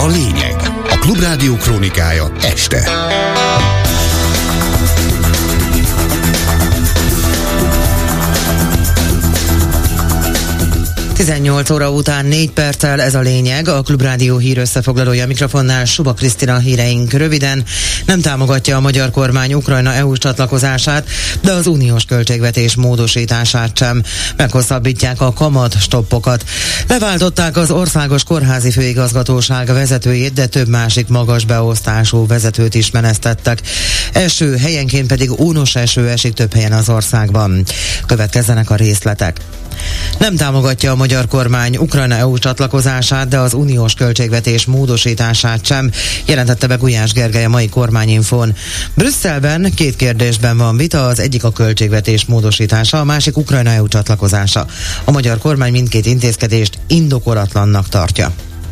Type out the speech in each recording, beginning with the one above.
a lényeg. A Klubrádió krónikája este. ...18 óra után 4 perccel ez a lényeg, a Klubrádió hír összefoglalója mikrofonnál Suba Krisztina. Híreink röviden. Nem támogatja a magyar kormány Ukrajna EU csatlakozását, de az uniós költségvetés módosítását sem. Meghosszabbítják a kamat stoppokat. Leváltották az Országos Kórházi Főigazgatóság vezetőjét, de több másik magas beosztású vezetőt is menesztettek. Eső helyenként pedig ónos eső esik több helyen az országban. Következzenek a részletek. Nem támogatja a magyar kormány Ukrajna EU csatlakozását, de az uniós költségvetés módosítását sem, jelentette be Gulyás Gergely a mai Kormányinfón. Brüsszelben 2 kérdésben van vita, az egyik a költségvetés módosítása, a másik Ukrajna EU csatlakozása. A magyar kormány mindkét intézkedést indokolatlannak tartja.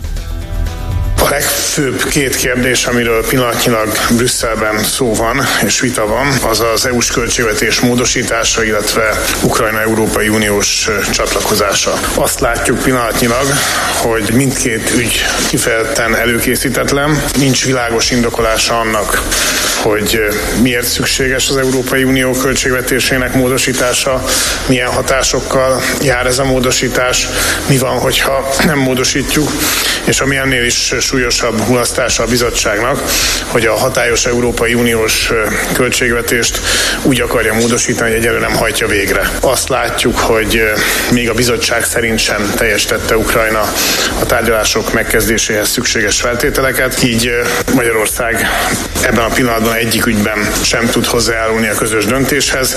A legfőbb 2 kérdés, amiről pillanatnyilag Brüsszelben szó van és vita van, az az EU-s költségvetés módosítása, illetve Ukrajna Európai Uniós csatlakozása. Azt látjuk pillanatnyilag, hogy mindkét ügy kifejezetten előkészítetlen, nincs világos indokolása annak, hogy miért szükséges az Európai Unió költségvetésének módosítása, milyen hatásokkal jár ez a módosítás, mi van, hogyha nem módosítjuk, és ami ennél is súlyosabb mulasztása a bizottságnak, hogy a hatályos Európai Uniós költségvetést úgy akarja módosítani, hogy egyelőre nem hajtja végre. Azt látjuk, hogy még a bizottság szerint sem teljesítette Ukrajna a tárgyalások megkezdéséhez szükséges feltételeket, így Magyarország ebben a pillanatban egyik ügyben sem tud hozzájárulni a közös döntéshez.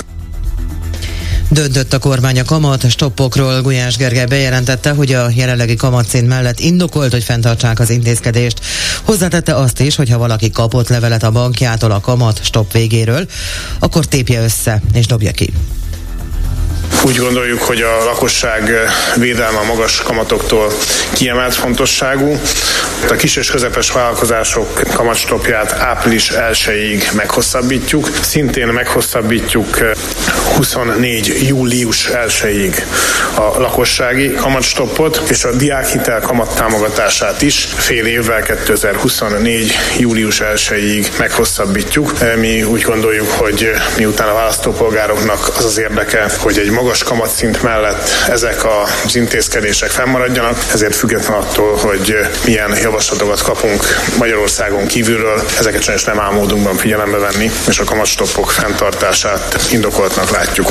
Döntött a kormány a kamat stoppokról. Gulyás Gergely bejelentette, hogy a jelenlegi kamatszint mellett indokolt, hogy fenntartsák az intézkedést. Hozzátette azt is, hogy ha valaki kapott levelet a bankjától a kamat stopp végéről, akkor tépje össze és dobja ki. Úgy gondoljuk, hogy a lakosság védelme a magas kamatoktól kiemelt fontosságú. A kis és közepes vállalkozások kamatstoppját április 1-ig meghosszabbítjuk. Szintén meghosszabbítjuk 24. július 1-ig a lakossági kamatstoppot, és a diákhitel kamattámogatását is fél évvel 2024. július 1-ig meghosszabbítjuk. Mi úgy gondoljuk, hogy miután a választópolgároknak az az érdeke, hogy egy magas kamatszint mellett ezek az intézkedések fennmaradjanak, ezért független attól, hogy milyen javaslatokat kapunk Magyarországon kívülről, ezeket sajnos nem áll módunkban figyelembe venni, és a kamatstoppok fenntartását indokoltnak látjuk.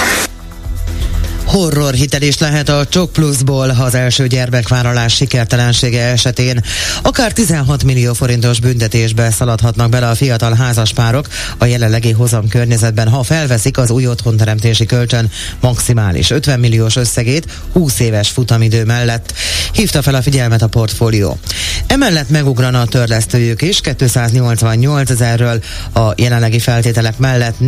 Horror hitel is lehet a Csok Pluszból az első gyermekvállalás sikertelensége esetén. Akár 16 millió forintos büntetésbe szaladhatnak bele a fiatal házaspárok a jelenlegi hozam környezetben, ha felveszik az új otthonteremtési kölcsön maximális 50 milliós összegét 20 éves futamidő mellett. Hívta fel a figyelmet a Portfólió. Emellett megugrana a törlesztőjük is 288 000-ről a jelenlegi feltételek mellett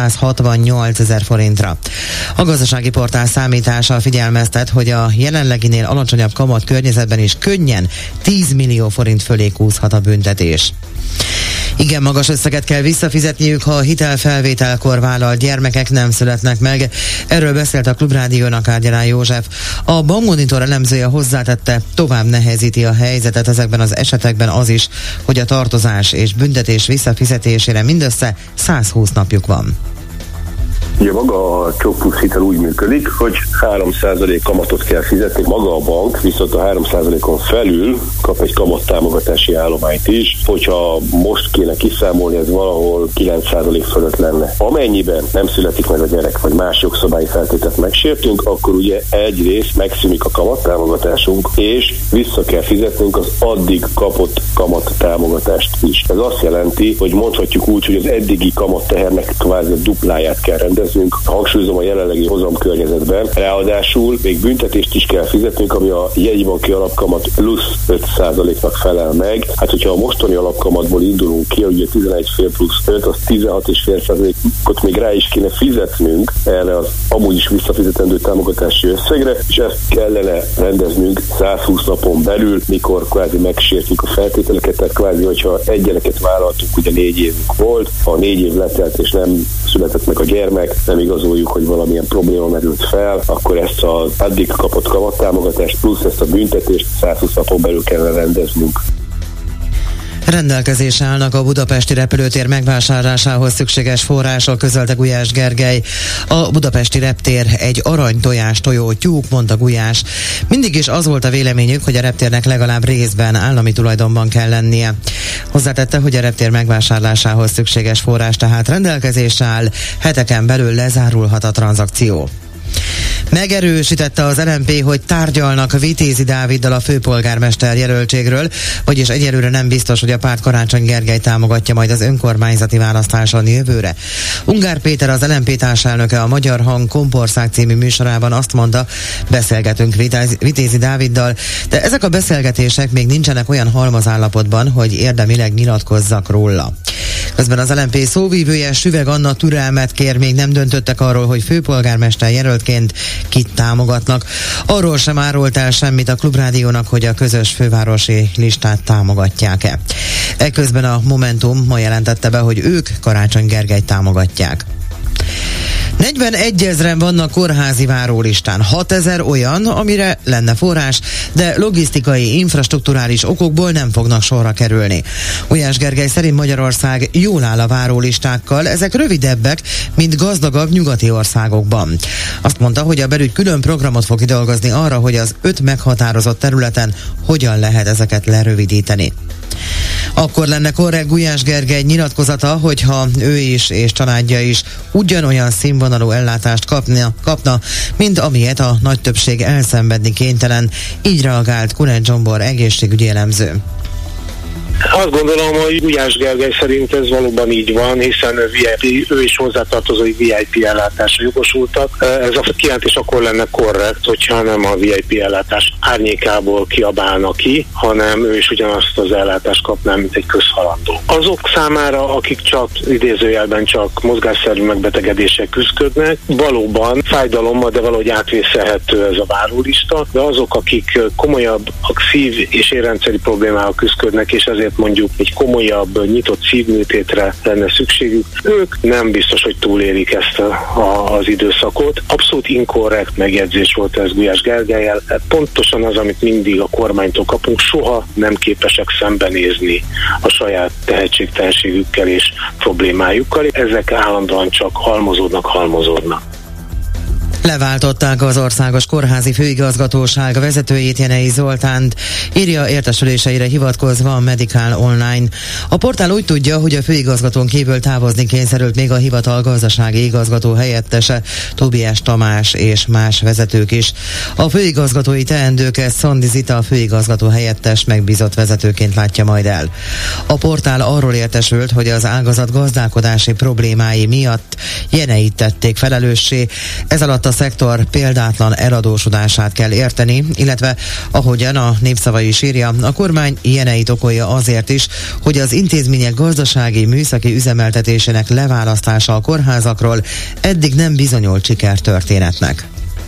468 000 forintra. A gazdasági portál számítása figyelmeztet, hogy a jelenleginél alacsonyabb kamat környezetben is könnyen 10 millió forint fölé kúszhat a büntetés. Igen magas összeget kell visszafizetniük, ha a hitelfelvételkor vállalt gyermekek nem születnek meg. Erről beszélt a Klubrádiónak Árgyalán József. A Bankmonitor elemzője hozzátette, tovább nehezíti a helyzetet ezekben az esetekben az is, hogy a tartozás és büntetés visszafizetésére mindössze 120 napjuk van. Ugye maga a Csok Plusz hitel úgy működik, hogy 3% kamatot kell fizetni, maga a bank viszont a 3%-on felül kap egy kamattámogatási állományt is, hogyha most kéne kiszámolni, ez valahol 9% fölött lenne. Amennyiben nem születik meg a gyerek, vagy más jogszabályi feltételt megsértünk, akkor ugye egyrészt megszűnik a kamattámogatásunk, és vissza kell fizetnünk az addig kapott kamattámogatást is. Ez azt jelenti, hogy mondhatjuk úgy, hogy az eddigi kamattehernek kvázi a dupláját kell rendezni, hangsúlyozom a jelenlegi hozamkörnyezetben, ráadásul még büntetést is kell fizetnünk, ami a jegybanki alapkamat plusz 5%-nak felel meg. Hát, hogyha a mostani alapkamatból indulunk ki, ugye 11,5 plusz 5, az 16,5%-ot még rá is kéne fizetnünk erre az amúgy is visszafizetendő támogatási összegre, és ezt kellene rendeznünk 120 napon belül, mikor kvázi megsértjük a feltételeket, tehát kvázi, hogyha egy gyereket vállaltunk, ugye 4 évünk volt, ha 4 év letelt és nem született meg a gyermek, nem igazoljuk, hogy valamilyen probléma merült fel, akkor ezt az addig kapott kamattámogatást plusz ezt a büntetést 120 napon belül kellene rendeznünk. Rendelkezésre állnak a budapesti repülőtér megvásárlásához szükséges források, közölte Gulyás Gergely. A budapesti reptér egy aranytojás tojó tyúk, mondta Gulyás. Mindig is az volt a véleményük, hogy a reptérnek legalább részben állami tulajdonban kell lennie. Hozzátette, hogy a reptér megvásárlásához szükséges forrás tehát rendelkezésre áll, heteken belül lezárulhat a tranzakció. Megerősítette az LMP, hogy tárgyalnak Vitézi Dáviddal a főpolgármester jelöltségről, vagyis egyelőre nem biztos, hogy a párt Karácsony Gergely támogatja majd az önkormányzati választáson jövőre. Ungár Péter, az LMP társelnöke a Magyar Hang Kompország című műsorában azt mondta, beszélgetünk Vitézi Dáviddal, de ezek a beszélgetések még nincsenek olyan halmazállapotban, hogy érdemileg nyilatkozzak róla. Közben az LMP szóvívője Süveg Anna türelmet kér, még nem döntöttek arról, hogy főpolgármester jelöltként kit támogatnak. Arról sem árolt el semmit a Klubrádiónak, hogy a közös fővárosi listát támogatják-e. Eközben a Momentum ma jelentette be, hogy ők Karácsony Gergelyt támogatják. 41 000-en vannak kórházi várólistán, 6 000 olyan, amire lenne forrás, de logisztikai, infrastrukturális okokból nem fognak sorra kerülni. Gulyás Gergely szerint Magyarország jól áll a várólistákkal, ezek rövidebbek, mint gazdagabb nyugati országokban. Azt mondta, hogy a belügy külön programot fog kidolgozni arra, hogy az 5 meghatározott területen hogyan lehet ezeket lerövidíteni. Akkor lenne korrekt Gulyás Gergely nyilatkozata, hogyha ő is és családja is ugyanolyan színvonalú ellátást kapna, mint amilyet a nagy többség elszenvedni kénytelen, így reagált Kunec Zsombor egészségügyi elemző. Azt gondolom, hogy Gulyás Gergely szerint ez valóban így van, hiszen ő is hozzátartozó VIP ellátásra jogosultak. Ez a kijelentés akkor lenne korrekt, hogyha nem a VIP ellátás árnyékából kiabálna ki, hanem ő is ugyanazt az ellátást kapná, mint egy közhalandó. Azok számára, akik csak idézőjelben csak mozgásszervi megbetegedéssel küzdködnek, valóban fájdalommal, de valahogy átvészelhető ez a várólista, de azok, akik komolyabb szív- és érrendszeri problémával küzdködnek, és ezért mondjuk egy komolyabb, nyitott szívműtétre lenne szükségük, ők nem biztos, hogy túlélik ezt az időszakot. Abszolút inkorrekt megjegyzés volt ez Gulyás Gergellyel. Pontosan az, amit mindig a kormánytól kapunk, soha nem képesek szembenézni a saját tehetségtelenségükkel és problémájukkal. Ezek állandóan csak halmozódnak. Leváltották az Országos Kórházi Főigazgatóság vezetőjét, Jenei Zoltánt, írja értesüléseire hivatkozva a Medical Online. A portál úgy tudja, hogy a főigazgatón kívül távozni kényszerült még a hivatal gazdasági igazgató helyettese, Tóbiás Tamás és más vezetők is. A főigazgatói teendőket Szondi Zita, a főigazgató helyettes megbízott vezetőként látja majd el. A portál arról értesült, hogy az ágazat gazdálkodási problémái miatt Jeneit tették felelőssé, ez alatt a szektor példátlan eladósodását kell érteni, illetve ahogyan a Népszava is írja, a kormány Jeneit okolja azért is, hogy az intézmények gazdasági, műszaki üzemeltetésének leválasztása a kórházakról eddig nem bizonyult sikertörténetnek.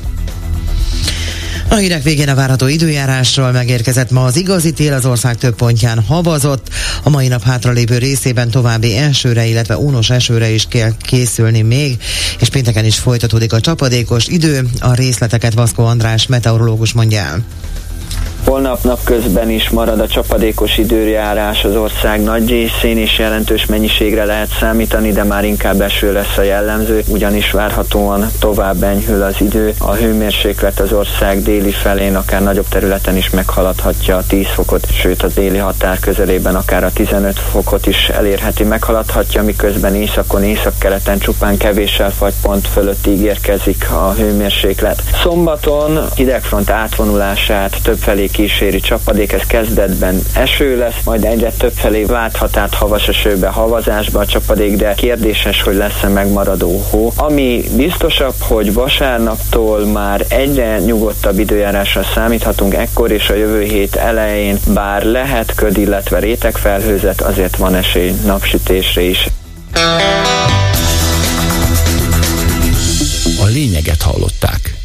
A hírek végén a várható időjárásról. Megérkezett ma az igazi tél, az ország több pontján havazott. A mai nap hátralévő részében további esőre, illetve ónos esőre is kell készülni még, és pénteken is folytatódik a csapadékos idő. A részleteket Vaszkó András meteorológus mondja el. Holnap napközben is marad a csapadékos időjárás az ország nagy részén, és jelentős mennyiségre lehet számítani, de már inkább eső lesz a jellemző, ugyanis várhatóan tovább enyhül az idő. A hőmérséklet az ország déli felén akár nagyobb területen is meghaladhatja a 10 fokot, sőt a déli határ közelében akár a 15 fokot is elérheti, meghaladhatja, miközben északon, északkeleten csupán kevéssel fagypont fölött ígérkezik a hőmérséklet. Szombaton hidegfront átvonulását többfelé kíséri csapadék, ez kezdetben eső lesz, majd egyre többfelé válthat át havas esőbe, havazásba a csapadék, de kérdéses, hogy lesz-e megmaradó hó. Ami biztosabb, hogy vasárnaptól már egyre nyugodtabb időjárásra számíthatunk ekkor, és a jövő hét elején bár lehet köd, illetve rétegfelhőzet, azért van esély napsütésre is. A lényeget hallották.